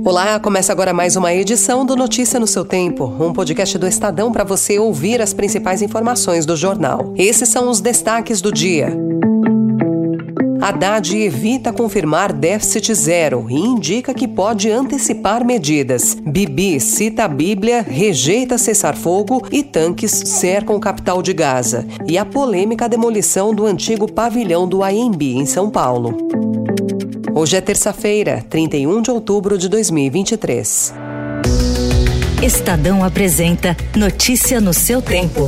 Olá, começa agora mais uma edição do Notícia no seu Tempo, um podcast do Estadão para você ouvir as principais informações do jornal. Esses são os destaques do dia. Haddad evita confirmar déficit zero e indica que pode antecipar medidas. Bibi cita a Bíblia, rejeita cessar-fogo e tanques cercam capital de Gaza. E a polêmica demolição do antigo pavilhão do AMB em São Paulo. Hoje é terça-feira, 31 de outubro de 2023. Estadão apresenta Notícia no seu tempo.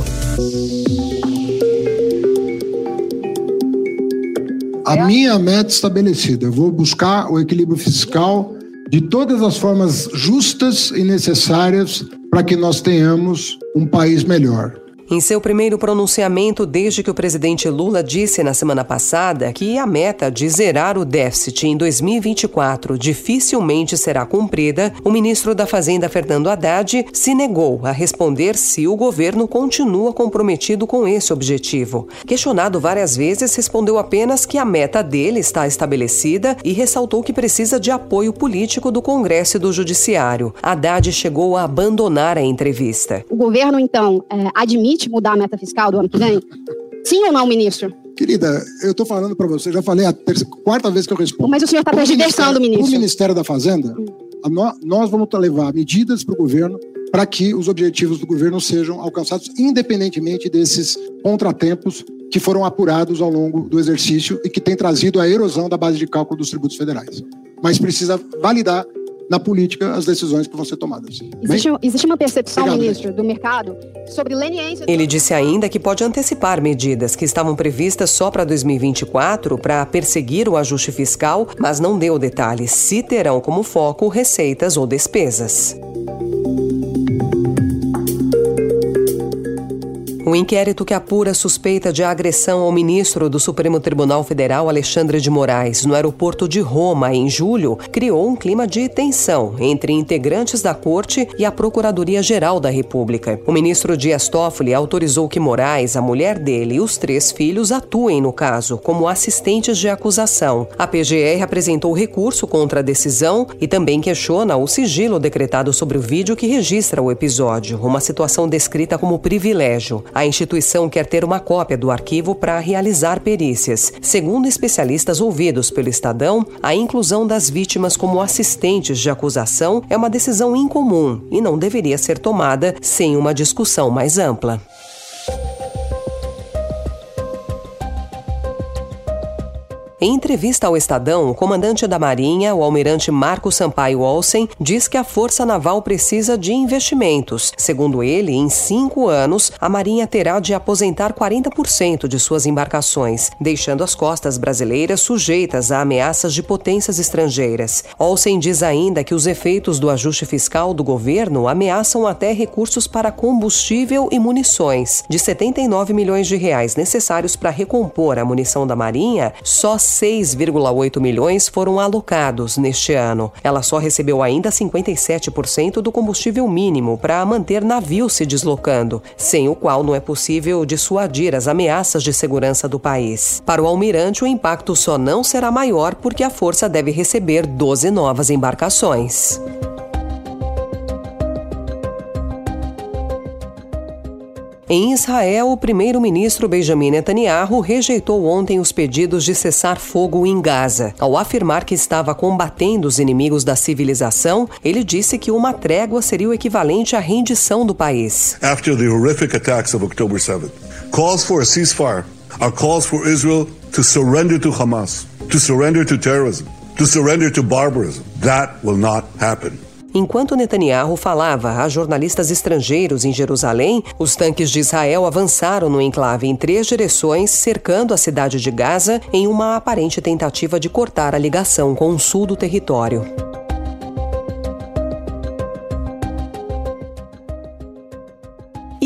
A minha meta estabelecida, eu vou buscar o equilíbrio fiscal de todas as formas justas e necessárias para que nós tenhamos um país melhor. Em seu primeiro pronunciamento desde que o presidente Lula disse na semana passada que a meta de zerar o déficit em 2024 dificilmente será cumprida, o ministro da Fazenda, Fernando Haddad, se negou a responder se o governo continua comprometido com esse objetivo. Questionado várias vezes, respondeu apenas que a meta dele está estabelecida e ressaltou que precisa de apoio político do Congresso e do Judiciário. Haddad chegou a abandonar a entrevista. O governo, então, admite mudar a meta fiscal do ano que vem? Sim ou não, ministro? Querida, eu estou falando para você, já falei a quarta vez que eu respondo. Mas o senhor está tergiversando, ministro. O Ministério da Fazenda, nós vamos levar medidas para o governo para que os objetivos do governo sejam alcançados, independentemente desses contratempos que foram apurados ao longo do exercício e que tem trazido a erosão da base de cálculo dos tributos federais. Mas precisa validar na política as decisões que vão ser tomadas. Existe uma percepção, ministro, do mercado sobre leniência... Ele disse ainda que pode antecipar medidas que estavam previstas só para 2024 para perseguir o ajuste fiscal, mas não deu detalhes se terão como foco receitas ou despesas. O inquérito que apura a suspeita de agressão ao ministro do Supremo Tribunal Federal, Alexandre de Moraes, no aeroporto de Roma, em julho, criou um clima de tensão entre integrantes da Corte e a Procuradoria-Geral da República. O ministro Dias Toffoli autorizou que Moraes, a mulher dele e os 3 filhos atuem no caso, como assistentes de acusação. A PGR apresentou recurso contra a decisão e também questiona o sigilo decretado sobre o vídeo que registra o episódio, uma situação descrita como privilégio. A instituição quer ter uma cópia do arquivo para realizar perícias. Segundo especialistas ouvidos pelo Estadão, a inclusão das vítimas como assistentes de acusação é uma decisão incomum e não deveria ser tomada sem uma discussão mais ampla. Em entrevista ao Estadão, o comandante da Marinha, o almirante Marco Sampaio Olsen, diz que a Força Naval precisa de investimentos. Segundo ele, em 5 anos, a Marinha terá de aposentar 40% de suas embarcações, deixando as costas brasileiras sujeitas a ameaças de potências estrangeiras. Olsen diz ainda que os efeitos do ajuste fiscal do governo ameaçam até recursos para combustível e munições. De 79 milhões de reais necessários para recompor a munição da Marinha, só 6,8 milhões foram alocados neste ano. Ela só recebeu ainda 57% do combustível mínimo para manter navios se deslocando, sem o qual não é possível dissuadir as ameaças de segurança do país. Para o almirante, o impacto só não será maior porque a força deve receber 12 novas embarcações. Em Israel, o primeiro-ministro Benjamin Netanyahu rejeitou ontem os pedidos de cessar fogo em Gaza. Ao afirmar que estava combatendo os inimigos da civilização, ele disse que uma trégua seria o equivalente à rendição do país. After the horrific attacks of October 7th, calls for a ceasefire are calls for Israel to surrender to Hamas, to surrender to terrorism, to surrender to barbarism. That will not happen. Enquanto Netanyahu falava a jornalistas estrangeiros em Jerusalém, os tanques de Israel avançaram no enclave em 3 direções, cercando a cidade de Gaza em uma aparente tentativa de cortar a ligação com o sul do território.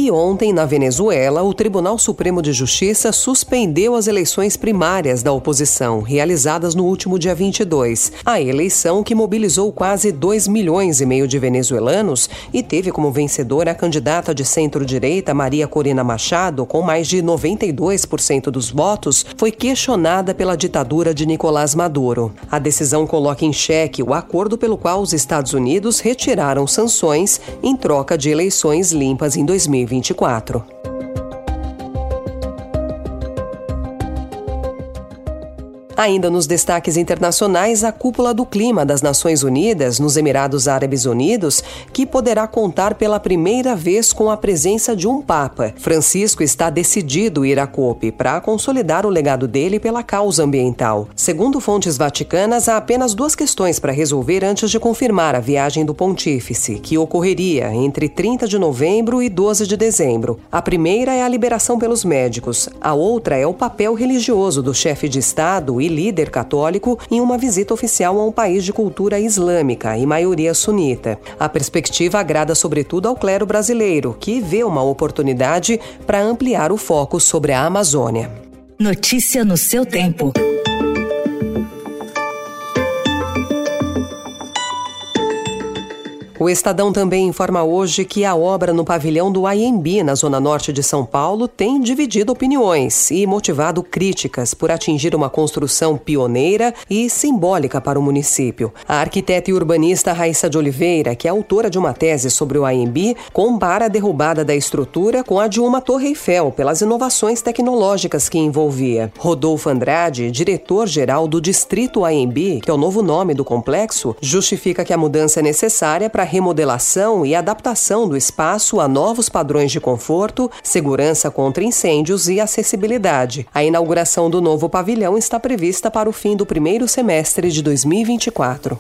E ontem, na Venezuela, o Tribunal Supremo de Justiça suspendeu as eleições primárias da oposição, realizadas no último dia 22. A eleição que mobilizou quase 2,5 milhões de venezuelanos e teve como vencedora a candidata de centro-direita Maria Corina Machado, com mais de 92% dos votos, foi questionada pela ditadura de Nicolás Maduro. A decisão coloca em xeque o acordo pelo qual os Estados Unidos retiraram sanções em troca de eleições limpas em 2024. Ainda nos destaques internacionais, a cúpula do clima das Nações Unidas, nos Emirados Árabes Unidos, que poderá contar pela primeira vez com a presença de um Papa. Francisco está decidido a ir à COP para consolidar o legado dele pela causa ambiental. Segundo fontes vaticanas, há apenas 2 questões para resolver antes de confirmar a viagem do pontífice, que ocorreria entre 30 de novembro e 12 de dezembro. A primeira é a liberação pelos médicos. A outra é o papel religioso do chefe de Estado e líder católico em uma visita oficial a um país de cultura islâmica e maioria sunita. A perspectiva agrada sobretudo ao clero brasileiro, que vê uma oportunidade para ampliar o foco sobre a Amazônia. Notícia no seu tempo. O Estadão também informa hoje que a obra no pavilhão do AMB, na zona norte de São Paulo, tem dividido opiniões e motivado críticas por atingir uma construção pioneira e simbólica para o município. A arquiteta e urbanista Raíssa de Oliveira, que é autora de uma tese sobre o AMB, compara a derrubada da estrutura com a de uma Torre Eiffel pelas inovações tecnológicas que envolvia. Rodolfo Andrade, diretor-geral do Distrito AMB, que é o novo nome do complexo, justifica que a mudança é necessária para remodelação e adaptação do espaço a novos padrões de conforto, segurança contra incêndios e acessibilidade. A inauguração do novo pavilhão está prevista para o fim do primeiro semestre de 2024.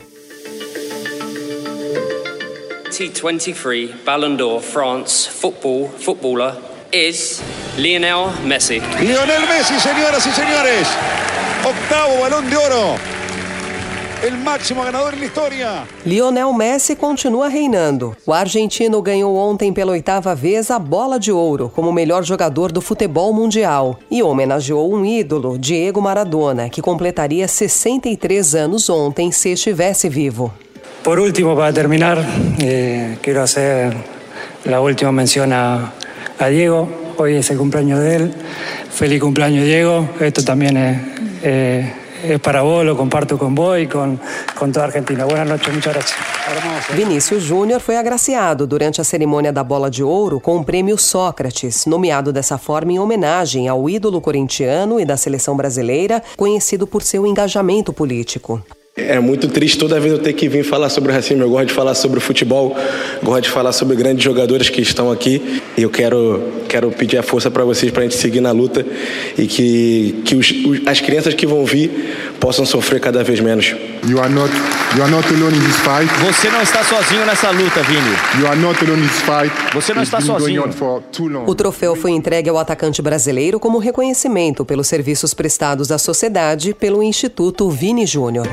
T23 Ballon d'Or France footballer is Lionel Messi. Lionel Messi, señoras y señores. 8º Balón de Oro. El máximo ganador na história. Lionel Messi continua reinando. O argentino ganhou ontem pela 8ª vez a Bola de Ouro como melhor jogador do futebol mundial e homenageou um ídolo, Diego Maradona, que completaria 63 anos ontem se estivesse vivo. Por último, para terminar, quiero hacer la última mención a Diego. Hoy es el cumpleaños de él. Feliz cumpleaños, Diego. Esto también es para vos, lo comparto con vos y con toda a Argentina. Buenas noches, muchas gracias. Vinícius Júnior foi agraciado durante a cerimônia da Bola de Ouro com o prêmio Sócrates, nomeado dessa forma em homenagem ao ídolo corintiano e da seleção brasileira, conhecido por seu engajamento político. É muito triste toda vez eu ter que vir falar sobre o racismo. Eu gosto de falar sobre o futebol, gosto de falar sobre grandes jogadores que estão aqui. E eu quero pedir a força para vocês, para a gente seguir na luta e que as crianças que vão vir possam sofrer cada vez menos. You are not alone in this fight. Você não está sozinho nessa luta, Vini. You are not alone in this fight. Você não está sozinho. O troféu foi entregue ao atacante brasileiro como reconhecimento pelos serviços prestados à sociedade pelo Instituto Vini Júnior.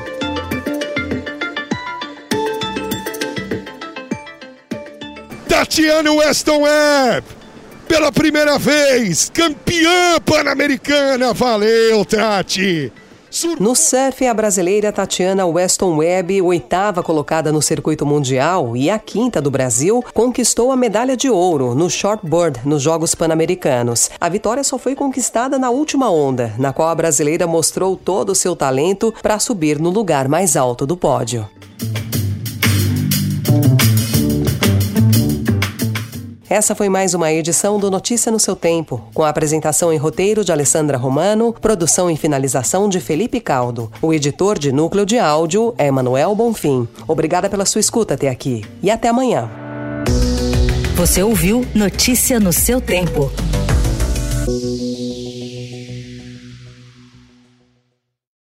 Tatiana Weston Webb, pela primeira vez, campeã pan-americana. Valeu, Tati! No surf, a brasileira Tatiana Weston Webb, 8ª colocada no circuito mundial e a 5ª do Brasil, conquistou a medalha de ouro no shortboard nos Jogos Pan-Americanos. A vitória só foi conquistada na última onda, na qual a brasileira mostrou todo o seu talento para subir no lugar mais alto do pódio. Essa foi mais uma edição do Notícia no seu Tempo, com a apresentação e roteiro de Alessandra Romano, produção e finalização de Felipe Caldo. O editor de núcleo de áudio é Manuel Bonfim. Obrigada pela sua escuta até aqui e até amanhã. Você ouviu Notícia no seu Tempo.